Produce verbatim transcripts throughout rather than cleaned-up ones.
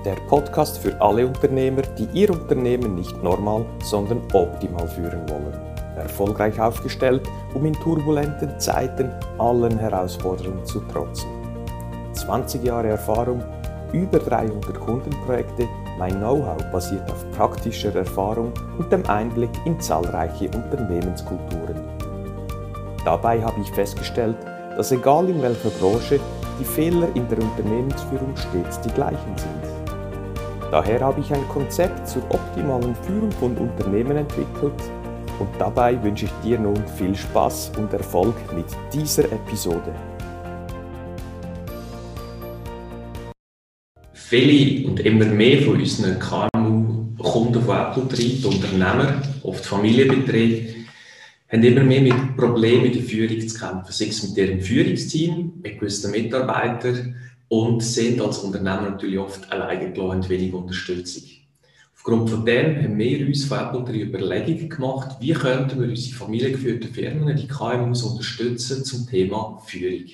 der Podcast für alle Unternehmer, die ihr Unternehmen nicht normal, sondern optimal führen wollen. Erfolgreich aufgestellt, um in turbulenten Zeiten allen Herausforderungen zu trotzen. zwanzig Jahre Erfahrung, über dreihundert Kundenprojekte, mein Know-how basiert auf praktischer Erfahrung und dem Einblick in zahlreiche Unternehmenskulturen. Dabei habe ich festgestellt, dass egal in welcher Branche, die Fehler in der Unternehmensführung stets die gleichen sind. Daher habe ich ein Konzept zur optimalen Führung von Unternehmen entwickelt und dabei wünsche ich dir nun viel Spaß und Erfolg mit dieser Episode. Viele und immer mehr von unseren K M U-Kunden von Apple-Trieb, Unternehmer, oft Familienbetriebe, haben immer mehr mit Problemen in der Führung zu kämpfen, sei es mit ihrem Führungsteam, mit gewissen Mitarbeitern und sind als Unternehmer natürlich oft alleine gelassen und wenig Unterstützung. Aufgrund von dem haben wir uns von Apple-Trieb Überlegungen gemacht, wie könnten wir unsere familiengeführten Firmen, die K M Us, unterstützen zum Thema Führung.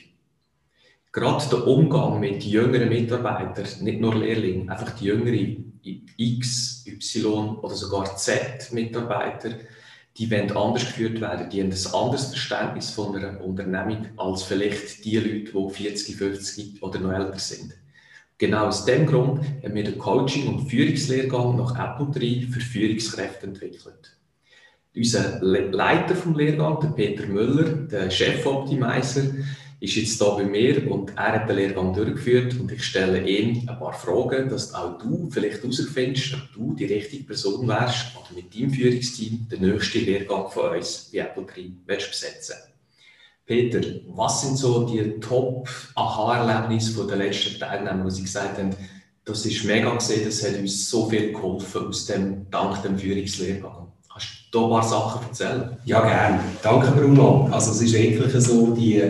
Gerade der Umgang mit jüngeren Mitarbeitern, nicht nur Lehrlingen, einfach die jüngeren X, Y oder sogar Z-Mitarbeiter, die wollen anders geführt werden. Die haben ein anderes Verständnis von einer Unternehmung als vielleicht die Leute, die vierzig, fünfzig oder noch älter sind. Genau aus diesem Grund haben wir den Coaching- und Führungslehrgang nach Apple-Trieb für Führungskräfte entwickelt. Unser Leiter vom Lehrgang, der Peter Müller, der Chef-Optimizer, ist jetzt hier bei mir und er hat den Lehrgang durchgeführt und ich stelle ihm ein paar Fragen, dass auch du vielleicht herausfindest, ob du die richtige Person wärst oder mit deinem Führungsteam den nächsten Lehrgang von uns bei Apple-Trieb besetzen. Peter, was sind so die Top-Aha-Erlebnisse der letzten Teilnehmer, wo sie gesagt haben, das ist mega gesehen, das hat uns so viel geholfen aus dem, dank dem Führungslehrgang. Kannst du da ein paar Sachen erzählen? Ja, gerne. Danke, Bruno. Also es ist wirklich so, die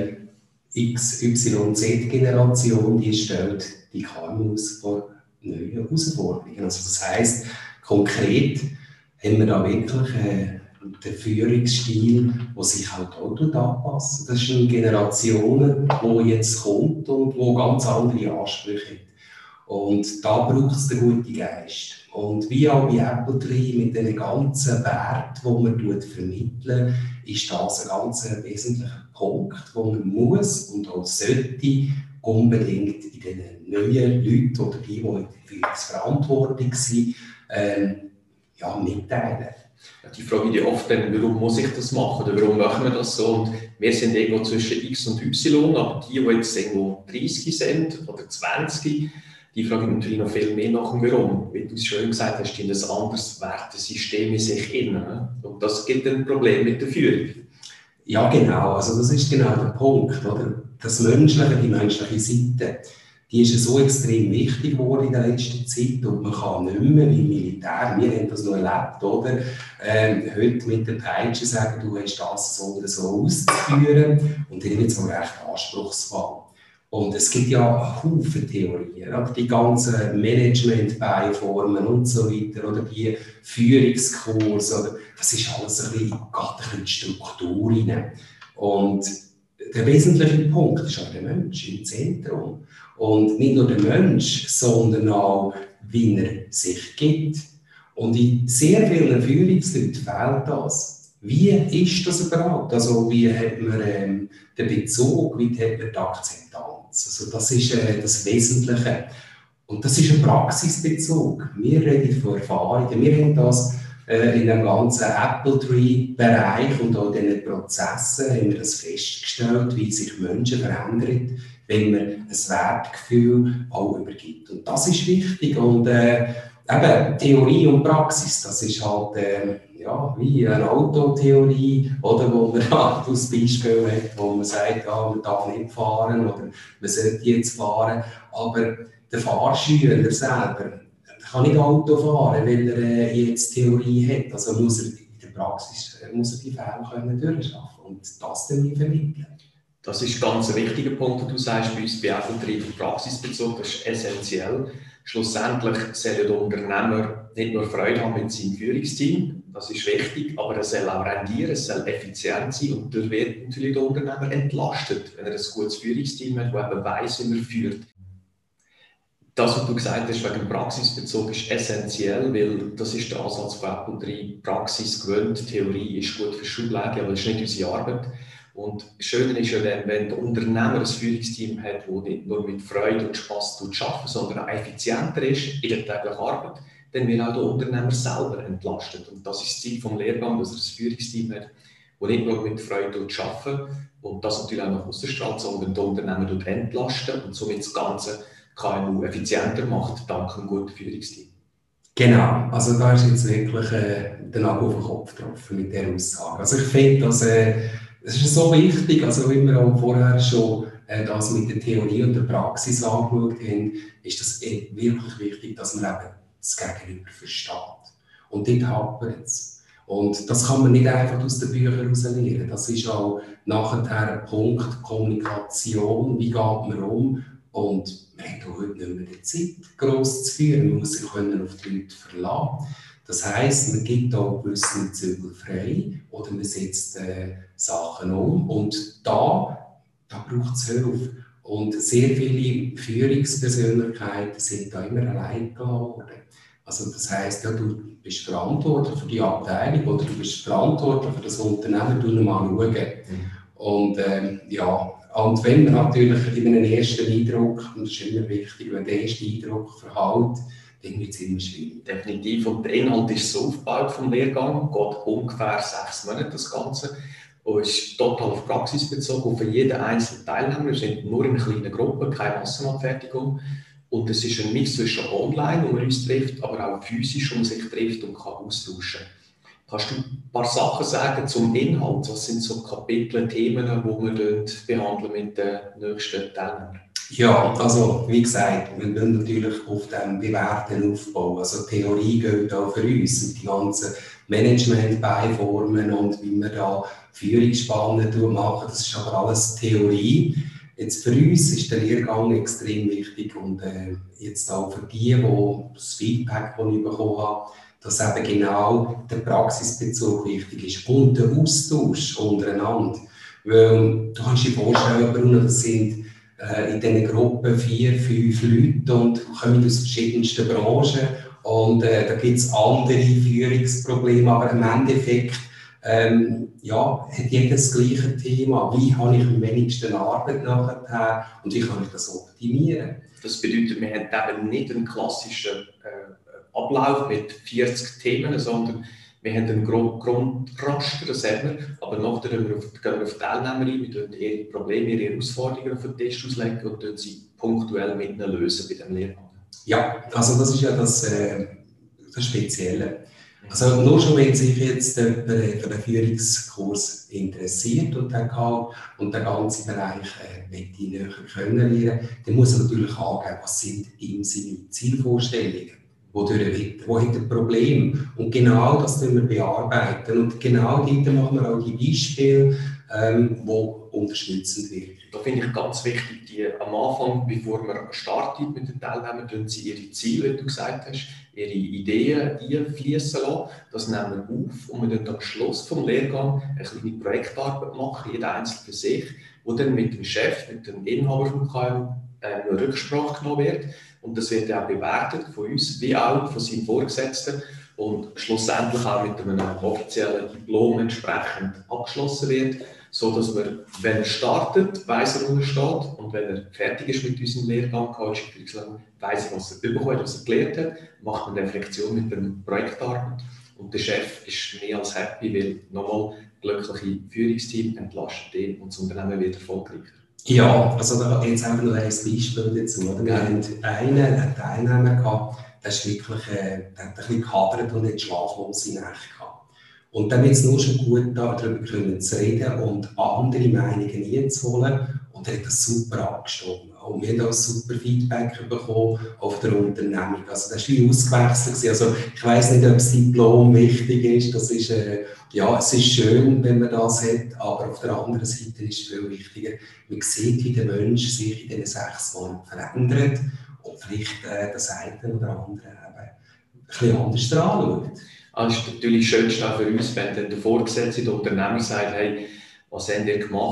X Y Z-Generation, die stellt die K M Us vor neue Herausforderungen. Also das heisst, konkret haben wir da wirklich äh, den Führungsstil, der sich auch dort anpasst. Das ist eine Generation, die jetzt kommt und die ganz andere Ansprüche hat. Und da braucht es den guten Geist. Und wie auch bei Apple-Trieb mit den ganzen Werten, die man vermitteln, ist das ein ganz wesentlicher Punkt, den man muss und auch sollte unbedingt in den neuen Leuten oder die, die in der Führungsverantwortung sind, ähm, ja, mitteilen. Ja, die Frage die oft dann, warum muss ich das machen oder warum machen wir das so? Und wir sind irgendwo zwischen X und Y, aber die, die jetzt irgendwo dreißig sind oder zwanzig, die fragen natürlich noch viel mehr nach dem Warum. Wie du es schon gesagt hast, die haben ein anderes Wertesystem in sich innen. Und das gibt ein Problem mit der Führung. Ja, genau. Also das ist genau der Punkt. Oder? Das Menschliche, die menschliche Seite, die ist so extrem wichtig geworden in der letzten Zeit. Und man kann nicht mehr wie Militär, wir haben das noch erlebt, oder? Ähm, heute mit der Peitsche sagen, du hast das so oder so auszuführen. Und dann wird es recht anspruchsvoll. Und es gibt ja Haufen Theorien, oder? Die ganzen Management-Beiformen und so weiter, oder die Führungskurse, oder? Das ist alles ein bisschen, geht ein bisschen in die Struktur rein. Und der wesentliche Punkt ist aber der Mensch im Zentrum. Und nicht nur der Mensch, sondern auch, wie er sich gibt. Und in sehr vielen Führungsleuten fehlt das. Wie ist das überhaupt? Also wie hat man ähm, den Bezug, wie hat man die Akzeptanz? Also das ist äh, das Wesentliche. Und das ist ein Praxisbezug. Wir reden von Erfahrungen. Wir haben das äh, in dem ganzen Apple-Tree-Bereich und auch in den Prozessen haben wir das festgestellt, wie sich Menschen verändern, wenn man ein Wertgefühl auch übergibt. Und das ist wichtig. Und äh, eben Theorie und Praxis, das ist halt äh, ja, wie eine Autotheorie, oder, wo man halt das Beispiel hat, wo man sagt, ja, man darf nicht fahren oder man sollte jetzt fahren. Aber der Fahrschüler selber kann nicht Auto fahren, weil er äh, jetzt Theorie hat. Also muss er in der Praxis äh, muss er die Fälle können durchschaffen und das dann vermitteln. Das ist ein ganz wichtiger Punkt, den du sagst, bei uns bei Apple-Trieb und Praxisbezug, das ist essentiell. Schlussendlich soll der Unternehmer nicht nur Freude haben mit seinem Führungsteam, das ist wichtig, aber er soll auch rendieren, es soll effizient sein und dadurch wird natürlich der Unternehmer entlastet, wenn er ein gutes Führungsteam hat, das eben weiss, wie er führt. Das, was du gesagt hast, wegen Praxisbezug, ist essentiell, weil das ist der Ansatz von Apple drei. Praxis gewöhnt, Theorie ist gut für Schulläge, aber das ist nicht unsere Arbeit. Und das Schöne ist ja dann, wenn der Unternehmer ein Führungsteam hat, das nicht nur mit Freude und Spass arbeitet, sondern auch effizienter ist in der täglichen Arbeit, dann wird auch der Unternehmer selber entlastet. Und das ist das Ziel des Lehrgangs, dass er ein Führungsteam hat, das nicht nur mit Freude arbeitet und das natürlich auch nach außen strahlt, sondern der Unternehmer entlasten und somit das Ganze K M U effizienter macht, dank einem guten Führungsteam. Genau, also da ist jetzt wirklich äh, den Nagel auf den Kopf getroffen mit dieser Aussage. Also ich finde, dass, äh, es ist so wichtig, also wie wir auch vorher schon äh, das mit der Theorie und der Praxis angeschaut haben, ist das äh, wirklich wichtig, dass man eben das Gegenüber versteht. Und dort hapert es. Und das kann man nicht einfach aus den Büchern heraus lernen. Das ist auch nachher ein Punkt Kommunikation, wie geht man um. Und man hat auch heute nicht mehr die Zeit, gross zu führen. Man muss sich auf die Leute verlassen. Das heisst, man gibt auch gewisse Zügel frei oder man setzt äh, Sachen um. Und da, da braucht es Hilfe. Und sehr viele Führungspersönlichkeiten sind da immer allein gelassen worden. Also das heisst, ja, du bist verantwortlich für die Abteilung oder du bist verantwortlich für das Unternehmen, du mal schauen. Mhm. Und ähm, ja, und wenn man natürlich in einem ersten Eindruck, und das ist immer wichtig, wenn der erste Eindruck verhält, dann wird es immer schwierig. Definitiv. Und der Inhalt ist so aufgebaut vom Lehrgang, geht ungefähr sechs Monate das Ganze. Und ist total auf Praxis bezogen, auf jeden einzelnen Teilnehmer. Wir sind nur in kleinen Gruppen, keine Massenabfertigung. Und es ist ein Mix zwischen online, wo man uns trifft, aber auch physisch, wo man sich trifft und kann austauschen kann. Kannst du ein paar Sachen sagen zum Inhalt? Was sind so Kapitel, Themen, die wir behandeln mit den nächsten Teilnehmern? Ja, also wie gesagt, wir müssen natürlich auf dem Bewerten aufbauen. Also Theorie gilt auch für uns, mit den ganzen Management-Beiformen und wie wir da Führungsspannen machen. Das ist aber alles Theorie. Jetzt für uns ist der Lehrgang extrem wichtig und äh, jetzt auch für die, die das Feedback, das ich bekommen habe, dass eben genau der Praxisbezug wichtig ist und der Austausch untereinander. Weil, du kannst dir vorstellen, Bruno, das sind äh, in diesen Gruppen vier, fünf Leute und kommen aus verschiedensten Branchen und äh, da gibt es andere Führungsprobleme, aber im Endeffekt ähm, ja, hat jeder das gleiche Thema. Wie habe ich am wenigsten Arbeit nachher und wie kann ich das optimieren? Das bedeutet, wir haben eben nicht einen klassischen äh, Ablauf mit vierzig Themen, sondern wir haben einen Grundraster, das haben wir, aber nachher gehen wir auf, gehen wir auf Teilnehmer ein, wir lösen ihre Probleme, ihre Herausforderungen auf den Tisch auslegen und lösen sie punktuell mit ihnen lösen bei dem Lehrgang. Ja, also das ist ja das, äh, das Spezielle. Also nur schon, wenn sich jetzt jemand für den Führungskurs interessiert und den, kann, und den ganzen Bereich äh, möchte näher kennenlernen, dann muss er natürlich angeben, was sind ihm seine Zielvorstellungen. Wodurch, wo hat er ein Problem? Und genau das müssen wir bearbeiten. Und genau dort machen wir auch die Beispiele, ähm, die unterstützend wirken. Da finde ich ganz wichtig, die, am Anfang, bevor man startet mit den Teilnehmern, tun sie ihre Ziele, wie du gesagt hast, ihre Ideen einfließen lassen. Das nehmen wir auf und wir dann am Schluss des Lehrgangs eine kleine Projektarbeit machen, jeder einzelne für sich, wo dann mit dem Chef, mit dem Inhaber vom K M U äh, eine Rücksprache genommen wird. Und das wird auch bewertet von uns, wie auch von seinen Vorgesetzten und schlussendlich auch mit einem offiziellen Diplom entsprechend abgeschlossen wird, so dass man, wenn er startet, weiss er, wo er steht und wenn er fertig ist mit unserem Lehrgang, weiss er, was er bekommen hat, was er gelernt hat, macht man eine Reflexion mit dem Projektarbeit und der Chef ist mehr als happy, weil nochmal glückliche Führungsteam entlastet ihn und das Unternehmen wird erfolgreicher. Ja, also da jetzt einfach noch ein Beispiel dazu. Oder? Wir hatten einen, einen Teilnehmer gehabt, der ist wirklich, äh, der hat ein bisschen gehadert und nicht schlaflose Nächte gehabt. Und dann wird es nur schon gut, darüber zu reden und andere Meinungen einzuholen. Und er hat das super abgestimmt. Und wir haben auch super Feedback bekommen auf der Unternehmung. Also das war wie ausgewechselt. Also ich weiss nicht, ob das Diplom wichtig ist. Das ist, äh, ja, es ist schön, wenn man das hat, aber auf der anderen Seite ist es viel wichtiger. Man sieht, wie der Mensch sich in diesen sechs Monaten verändert und vielleicht äh, das eine oder andere eben ein bisschen anders anschaut. Also es ist natürlich schönst auch für uns, wenn dann der Vorgesetzte, der Unternehmer sagt, hey, was habt ihr gemacht?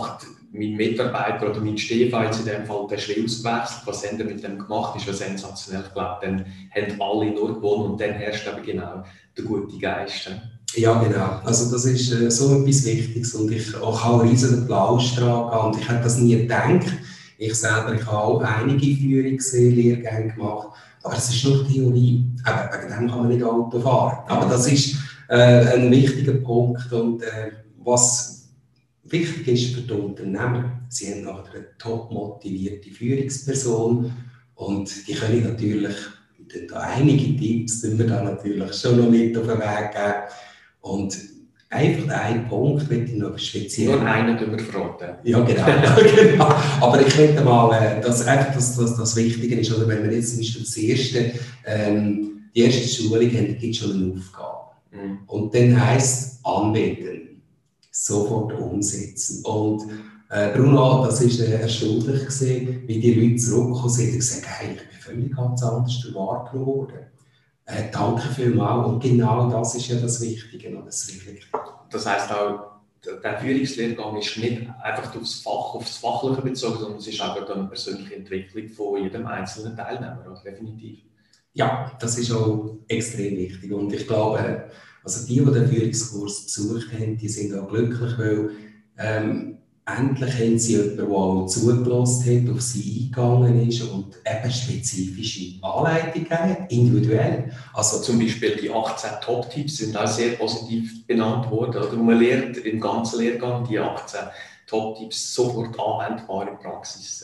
mein Mitarbeiter oder mein Stefan jetzt in dem Fall, der ist wie ausgewechselt, was haben wir mit dem gemacht, ist ja sensationell. Ich glaube, dann haben alle nur gewonnen und dann herrscht eben genau der gute Geist. Ja, genau. Also das ist äh, so etwas Wichtiges und ich auch einen riesen Applaus daran und ich hätte das nie gedacht. Ich selber, ich habe auch einige Führungslehrgänge gemacht, aber das ist nur Theorie. Aber wegen dem kann man nicht Auto fahren. Aber das ist äh, ein wichtiger Punkt und äh, was wichtig ist für die Unternehmer, sie haben nachher eine top motivierte Führungsperson und die können natürlich, da einige Tipps, die wir da natürlich schon noch mit auf den Weg geben. Und einfach ein Punkt möchte ich noch speziell... Nur einen tun wir verraten. Ja, genau. genau. Aber ich möchte mal, dass einfach das, das, das Wichtige ist, oder wenn wir jetzt zum Beispiel das erste, ähm, die erste Schulung haben, gibt es schon eine Aufgabe. Mhm. Und dann heisst es anwenden, sofort umsetzen. Und äh, Bruno, das war äh, erstaunlich gewesen, wie die Leute zurückgekommen sind und gesagt haben, hey, ich bin völlig ganz anders wahrgenommen worden. Äh, danke vielmals. Und genau das ist ja das Wichtige. Das, das heisst auch, der Führungslehrgang ist nicht einfach aufs Fach, aufs Fachliche bezogen, sondern es ist auch eine persönliche Entwicklung von jedem einzelnen Teilnehmer, also definitiv. Ja, das ist auch extrem wichtig. Und ich glaube, also die, die den Führungskurs besucht haben, die sind auch glücklich, weil ähm, endlich haben sie jemanden, der auch zugelassen hat, auf sie eingegangen ist und eben spezifische Anleitungen hat, individuell. Also zum Beispiel die achtzehn Top-Tipps sind auch sehr positiv benannt worden. Oder man lernt im ganzen Lehrgang die achtzehn Top-Tipps sofort anwendbar in der Praxis.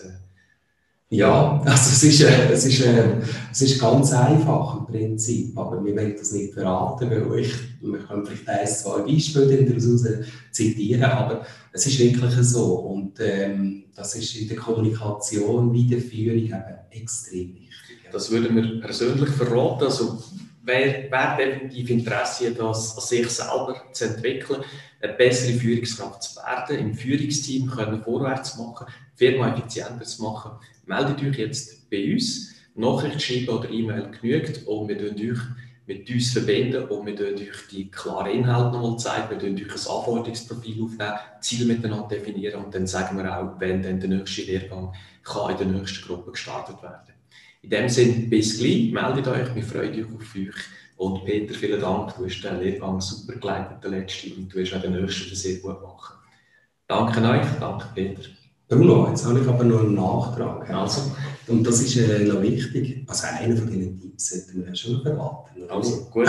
Ja, also es ist, äh, es, ist, äh, es ist ganz einfach im Prinzip, aber wir wollen das nicht verraten, weil ich, wir können vielleicht ein, zwei Beispiele daraus zitieren, aber es ist wirklich so und ähm, das ist in der Kommunikation wie der Führung eben extrem wichtig. Das würden wir persönlich verraten, also wer, wer definitiv Interesse hat, das an sich selber zu entwickeln, eine bessere Führungskraft zu werden, im Führungsteam können vorwärts machen, die Firma effizienter zu machen, meldet euch jetzt bei uns. Nachricht schreiben oder E-Mail genügt und wir verbinden euch mit uns verbinden und wir euch die klaren Inhalte nochmal zeigen, wir euch ein Anforderungsprofil aufnehmen, Ziele miteinander definieren und dann sagen wir auch, wenn dann der nächste Lehrgang kann in der nächsten Gruppe gestartet werden. In dem Sinne, bis gleich, meldet euch, wir freuen uns auf euch. Und Peter, vielen Dank, du hast den Lehrgang super geleitet, den letzten, und du hast auch den nächsten sehr gut machen. Danke euch, danke Peter. Bruno, jetzt habe ich aber noch einen Nachtrag. Also. Und das ist äh, noch wichtig. Also einer von diesen Tipps sollten wir ja schon verraten. Oder? Also, gut.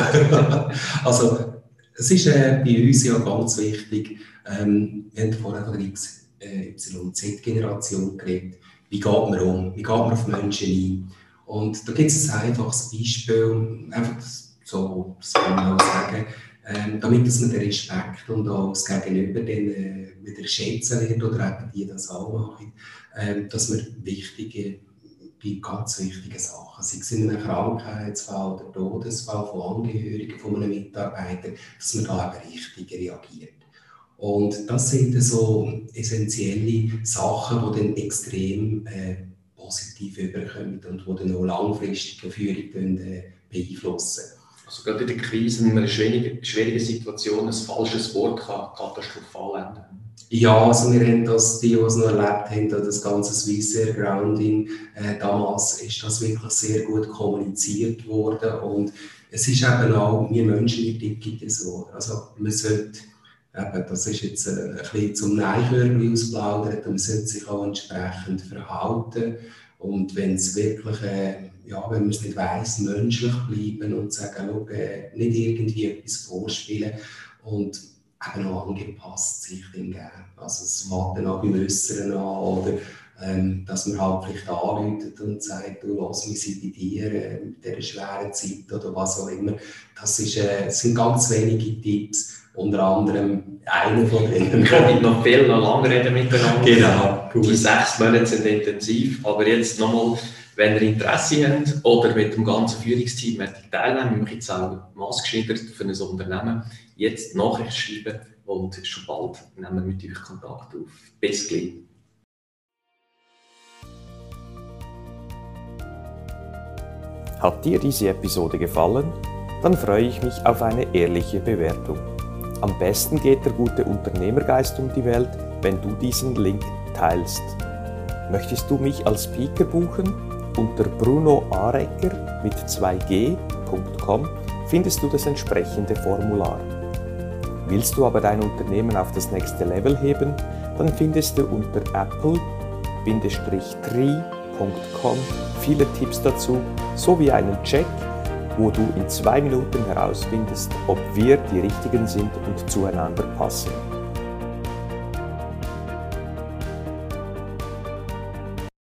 Also, es ist äh, bei uns ja ganz wichtig, ähm, wir haben vorher von der Y Z-Generation geredet. Wie geht man um? Wie geht man auf Menschen ein? Und da gibt es ein einfaches Beispiel, einfach so, das kann man auch sagen, ähm, damit dass man den Respekt und auch das Gegenüber dann, äh, wieder schätzen lernt oder eben die das auch machen, ähm, dass man wichtige, bei ganz wichtigen Sachen, sei es in einem Krankheitsfall oder Todesfall von Angehörigen von einem Mitarbeiter, dass man da eben richtig reagiert. Und das sind so essentielle Sachen, die dann extrem äh, positiv überkommen und die dann auch langfristige Führung äh, beeinflussen. Also gerade in der Krise, in einer schwierigen, schwierigen Situation, ein falsches Wort kann katastrophal enden. Ja, also wir haben das, die, die es noch erlebt haben, das ganze Swissair Grounding, äh, damals ist das wirklich sehr gut kommuniziert worden und es ist eben auch, wir Menschen, wir ticken so. Also man sollte, eben, das ist jetzt ein, ein bisschen zum Neikörbchen ausplaudern, man sollte sich auch entsprechend verhalten und wenn es wirklich, äh, ja, wenn man es nicht weiss, menschlich bleiben und sagen, schau, äh, nicht irgendwie etwas vorspielen und eben auch angepasst sich dann geben. Also es warten auch beim Äußeren an oder ähm, dass man halt vielleicht anruft und sagt, du lass mich sie bei dir äh, mit dieser schweren Zeit oder was auch immer. Das, ist, äh, das sind ganz wenige Tipps, unter anderem einer von denen. Wir können noch viel, noch lange reden miteinander. Genau. Die sechs Monate sind intensiv, aber jetzt nochmal, wenn ihr Interesse habt oder mit dem ganzen Führungsteam teilnehmen, wir machen jetzt auch maßgeschneidert für ein Unternehmen, jetzt Nachricht schreiben und schon bald nehmen wir mit euch Kontakt auf. Bis gleich. Hat dir diese Episode gefallen? Dann freue ich mich auf eine ehrliche Bewertung. Am besten geht der gute Unternehmergeist um die Welt, wenn du diesen Link teilst. Möchtest du mich als Speaker buchen? Unter brunoarecker mit zwei g punkt com findest du das entsprechende Formular. Willst du aber dein Unternehmen auf das nächste Level heben, dann findest du unter apple tree punkt com viele Tipps dazu, sowie einen Check, wo du in zwei Minuten herausfindest, ob wir die Richtigen sind und zueinander passen.